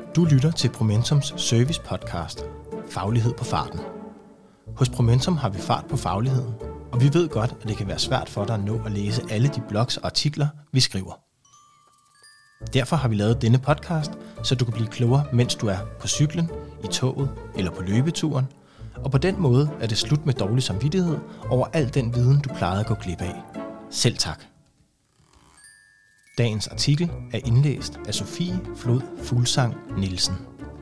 Du lytter til Promentums service podcast, Faglighed på farten. Hos Promentum har vi fart på fagligheden, og vi ved godt, at det kan være svært for dig at nå at læse alle de blogs og artikler, vi skriver. Derfor har vi lavet denne podcast, så du kan blive klogere, mens du er på cyklen, i toget eller på løbeturen, og på den måde er det slut med dårlig samvittighed over al den viden, du plejede at gå glip af. Selv tak. Dagens artikel er indlæst af Sofie Flod Fuglsang Nielsen.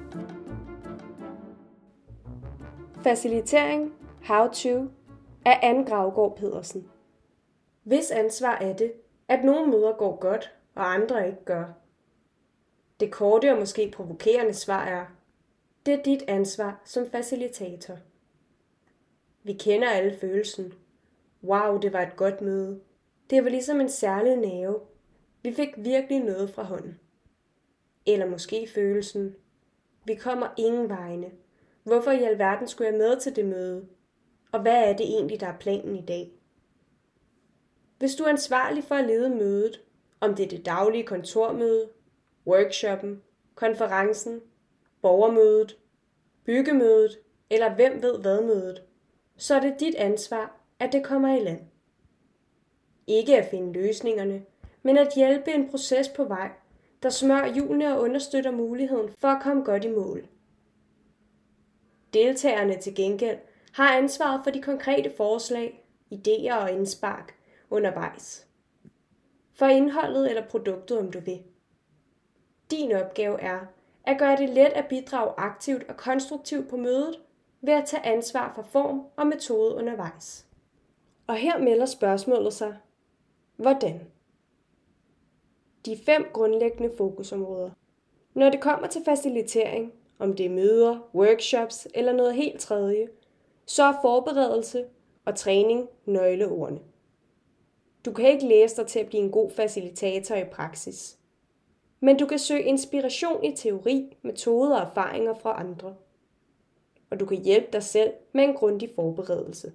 Facilitering How to af Anne Gravgaard Pedersen. Hvis ansvar er det, at nogle møder går godt, og andre ikke gør? Det korte og måske provokerende svar er, det er dit ansvar som facilitator. Vi kender alle følelsen. Wow, det var et godt møde. Det var ligesom en særlig nerve. Vi fik virkelig noget fra hånden. Eller måske følelsen. Vi kommer ingen vegne. Hvorfor i alverden skulle jeg med til det møde? Og hvad er det egentlig, der er planen i dag? Hvis du er ansvarlig for at lede mødet, om det er det daglige kontormøde, workshoppen, konferencen, borgermødet, byggemødet eller hvem ved hvad mødet, så er det dit ansvar, at det kommer i land. Ikke at finde løsningerne, men at hjælpe en proces på vej, der smører hjulene og understøtter muligheden for at komme godt i mål. Deltagerne til gengæld har ansvaret for de konkrete forslag, idéer og indspark undervejs. For indholdet eller produktet, om du vil. Din opgave er at gøre det let at bidrage aktivt og konstruktivt på mødet ved at tage ansvar for form og metode undervejs. Og her melder spørgsmålet sig, hvordan? De 5 grundlæggende fokusområder. Når det kommer til facilitering, om det er møder, workshops eller noget helt tredje, så er forberedelse og træning nøgleordene. Du kan ikke læse dig til at blive en god facilitator i praksis. Men du kan søge inspiration i teori, metoder og erfaringer fra andre. Og du kan hjælpe dig selv med en grundig forberedelse.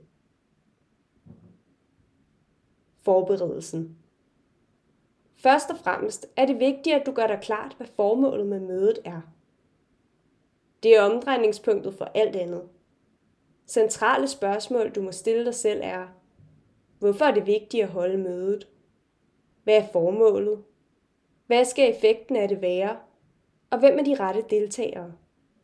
Forberedelsen. Først og fremmest er det vigtigt, at du gør dig klart, hvad formålet med mødet er. Det er omdrejningspunktet for alt andet. Centrale spørgsmål, du må stille dig selv er: hvorfor er det vigtigt at holde mødet? Hvad er formålet? Hvad skal effekten af det være? Og hvem er de rette deltagere?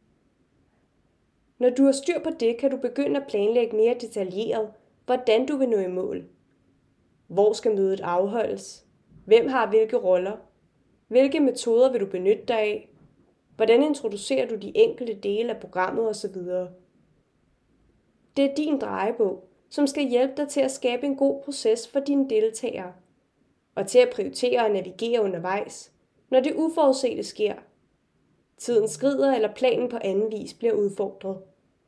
Når du har styr på det, kan du begynde at planlægge mere detaljeret, hvordan du vil nå i mål. Hvor skal mødet afholdes? Hvem har hvilke roller? Hvilke metoder vil du benytte dig af? Hvordan introducerer du de enkelte dele af programmet osv.? Det er din drejebog, som skal hjælpe dig til at skabe en god proces for dine deltagere, og til at prioritere og navigere undervejs, når det uforudsete sker. Tiden skrider, eller planen på anden vis bliver udfordret.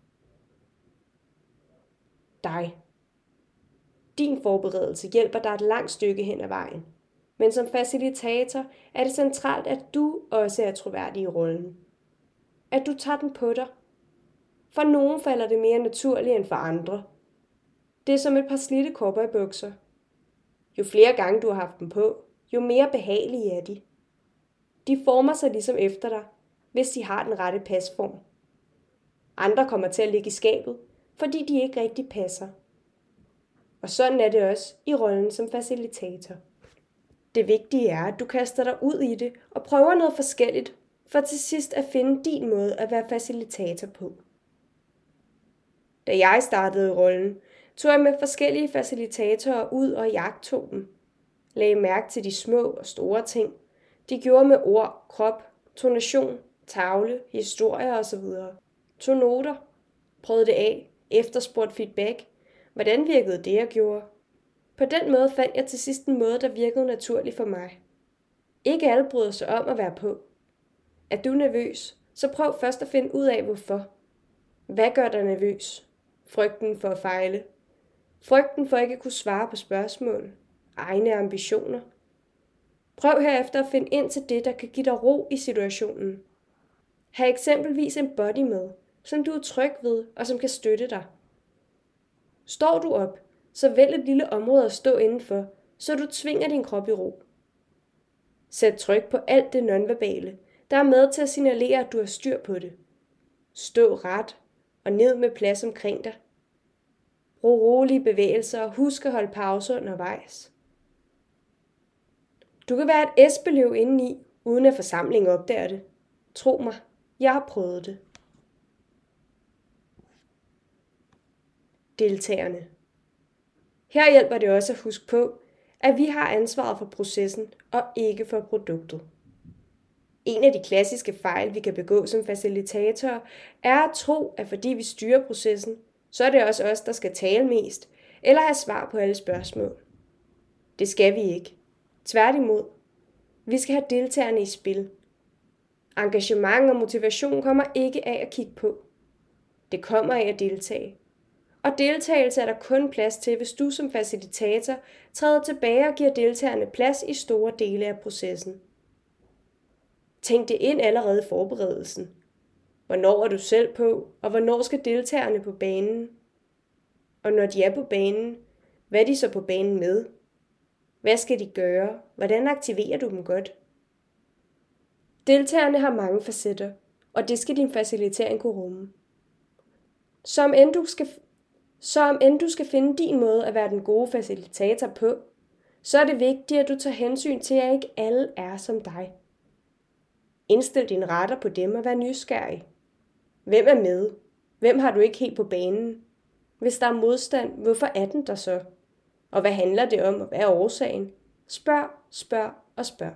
Dig. Din forberedelse hjælper dig et langt stykke hen ad vejen. Men som facilitator er det centralt, at du også er troværdig i rollen. At du tager den på dig. For nogen falder det mere naturligt end for andre. Det er som et par slidte cowboybukser. Jo flere gange du har haft dem på, jo mere behagelige er de. De former sig ligesom efter dig, hvis de har den rette pasform. Andre kommer til at ligge i skabet, fordi de ikke rigtig passer. Og sådan er det også i rollen som facilitator. Det vigtige er, at du kaster dig ud i det og prøver noget forskelligt, for til sidst at finde din måde at være facilitator på. Da jeg startede i rollen, tog jeg med forskellige facilitatorer ud og jagtog dem. Lagde mærke til de små og store ting, de gjorde med ord, krop, tonation, tavle, historier osv. Tog noter, prøvede det af, efterspurgte feedback. Hvordan virkede det, jeg gjorde? På den måde fandt jeg til sidst en måde, der virkede naturligt for mig. Ikke alle bryder sig om at være på. Er du nervøs, så prøv først at finde ud af, hvorfor. Hvad gør dig nervøs? Frygten for at fejle. Frygten for ikke at kunne svare på spørgsmål. Egne ambitioner. Prøv herefter at finde ind til det, der kan give dig ro i situationen. Ha' eksempelvis en buddy med, som du er tryg ved og som kan støtte dig. Står du op, så vælg et lille område at stå indenfor, så du tvinger din krop i ro. Sæt tryk på alt det nonverbale, der er med til at signalere, at du har styr på det. Stå ret og ned med plads omkring dig. Brug rolige bevægelser og husk at holde pause undervejs. Du kan være et esbeløv indeni, uden at forsamlingen opdager det. Tro mig, jeg har prøvet det. Deltagerne. Her hjælper det også at huske på, at vi har ansvaret for processen og ikke for produktet. En af de klassiske fejl, vi kan begå som facilitatorer, er at tro, at fordi vi styrer processen, så er det også os, der skal tale mest, eller have svar på alle spørgsmål. Det skal vi ikke. Tværtimod. Vi skal have deltagerne i spil. Engagement og motivation kommer ikke af at kigge på. Det kommer af at deltage. Og deltagelse er der kun plads til, hvis du som facilitator træder tilbage og giver deltagerne plads i store dele af processen. Tænk det ind allerede i forberedelsen. Hvornår er du selv på, og hvornår skal deltagerne på banen? Og når de er på banen, hvad er de så på banen med? Hvad skal de gøre? Hvordan aktiverer du dem godt? Deltagerne har mange facetter, og det skal din facilitering kunne rumme. Så om end du skal finde din måde at være den gode facilitator på, så er det vigtigt, at du tager hensyn til, at ikke alle er som dig. Indstil dine retter på dem og vær nysgerrig. Hvem er med? Hvem har du ikke helt på banen? Hvis der er modstand, hvorfor er den der så? Og hvad handler det om, og hvad er årsagen? Spørg.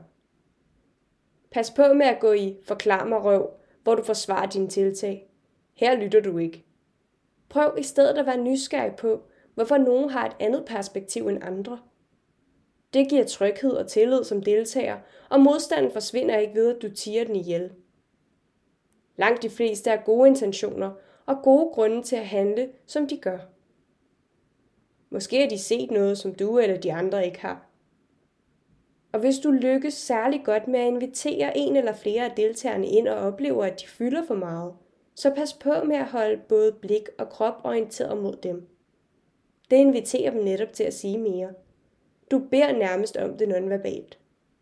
Pas på med at gå i forklar mig røv, hvor du forsvarer dine tiltag. Her lytter du ikke. Prøv i stedet at være nysgerrig på, hvorfor nogen har et andet perspektiv end andre. Det giver tryghed og tillid som deltager, og modstanden forsvinder ikke ved, at du tier den ihjel. Langt de fleste har gode intentioner og gode grunde til at handle, som de gør. Måske har de set noget, som du eller de andre ikke har. Og hvis du lykkes særlig godt med at invitere en eller flere af deltagerne ind og oplever, at de fylder for meget, så pas på med at holde både blik og krop orienteret mod dem. Det inviterer dem netop til at sige mere. Du beder nærmest om det nonverbalt.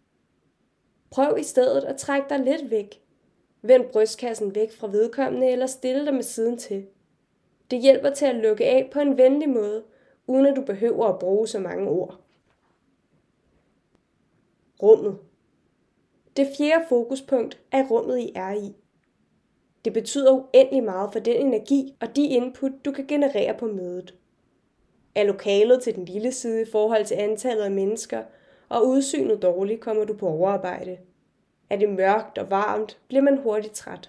Prøv i stedet at trække dig lidt væk. Vend brystkassen væk fra vedkommende eller stille dig med siden til. Det hjælper til at lukke af på en venlig måde, uden at du behøver at bruge så mange ord. Rummet. Det fjerde fokuspunkt er rummet, I er i. Det betyder uendelig meget for den energi og de input, du kan generere på mødet. Er lokalet til den lille side i forhold til antallet af mennesker, og udsynet dårligt, kommer du på overarbejde. Er det mørkt og varmt, bliver man hurtigt træt.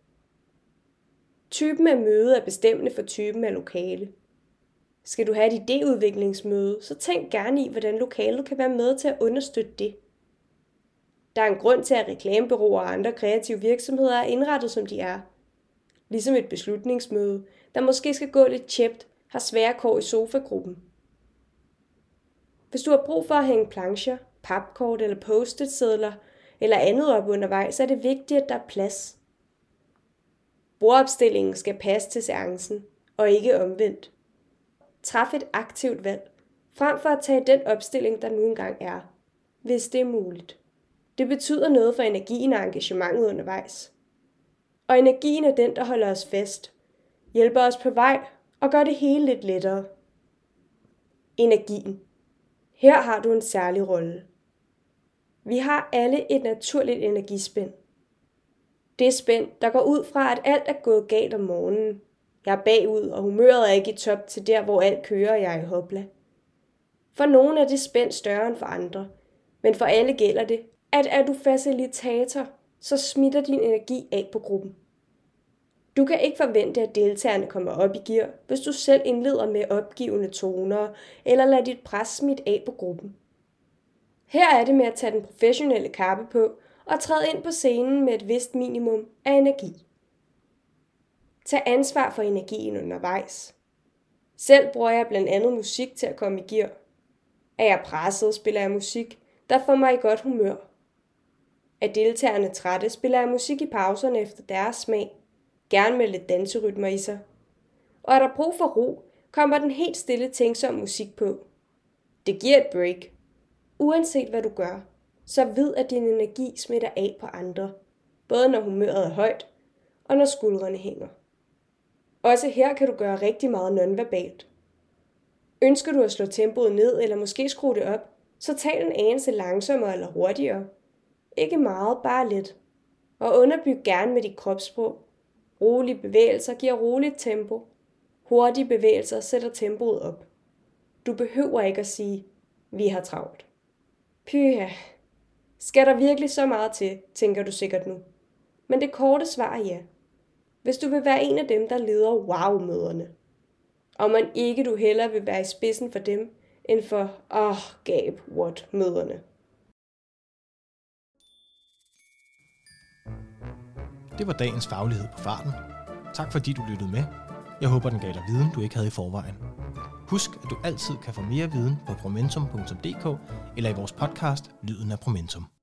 Typen af møde er bestemmende for typen af lokale. Skal du have et idéudviklingsmøde, så tænk gerne i, hvordan lokalet kan være med til at understøtte det. Der er en grund til, at reklamebureauer og andre kreative virksomheder er indrettet, som de er. Ligesom et beslutningsmøde, der måske skal gå lidt tjept, har svære kår i sofagruppen. Hvis du har brug for at hænge plancher, papkort eller post-it-sedler eller andet op undervejs, så er det vigtigt, at der er plads. Bordopstillingen skal passe til seancen, og ikke omvendt. Træf et aktivt valg, frem for at tage den opstilling, der nu engang er, hvis det er muligt. Det betyder noget for energien og engagementet undervejs. Og energien er den, der holder os fast, hjælper os på vej og gør det hele lidt lettere. Energien. Her har du en særlig rolle. Vi har alle et naturligt energispænd. Det spænd, der går ud fra, at alt er gået galt om morgenen. Jeg er bagud, og humøret er ikke i top til der, hvor alt kører, og jeg er i hopla. For nogle er det spænd større end for andre, men for alle gælder det, at er du facilitator, så smitter din energi af på gruppen. Du kan ikke forvente, at deltagerne kommer op i gear, hvis du selv indleder med opgivende toner, eller lader dit pres smitte af på gruppen. Her er det med at tage den professionelle kappe på, og træde ind på scenen med et vist minimum af energi. Tag ansvar for energien undervejs. Selv bruger jeg blandt andet musik til at komme i gear. Er jeg presset, spiller jeg musik, der får mig i godt humør. Er deltagerne trætte, spiller jeg musik i pauserne efter deres smag, gerne med lidt danserytmer i sig. Og er der brug for ro, kommer den helt stille tænksom musik på. Det giver et break. Uanset hvad du gør, så vid at din energi smitter af på andre. både når humøret er højt og når skuldrene hænger. Også her kan du gøre rigtig meget nonverbalt. Ønsker du at slå tempoet ned eller måske skrue det op, så tal en anelse langsommere eller hurtigere. Ikke meget, bare lidt. Og underbyg gerne med dit kropssprog. Rolige bevægelser giver roligt tempo. Hurtige bevægelser sætter tempoet op. Du behøver ikke at sige, vi har travlt. Pyha. Skal der virkelig så meget til, tænker du sikkert nu. Men det korte svar er ja. Hvis du vil være en af dem, der leder wow-møderne. Og man ikke du hellere vil være i spidsen for dem, end for what-møderne. Det var dagens faglighed på farten. Tak fordi du lyttede med. Jeg håber, den gav dig viden, du ikke havde i forvejen. Husk, at du altid kan få mere viden på promentum.dk eller i vores podcast Lyden af Promentum.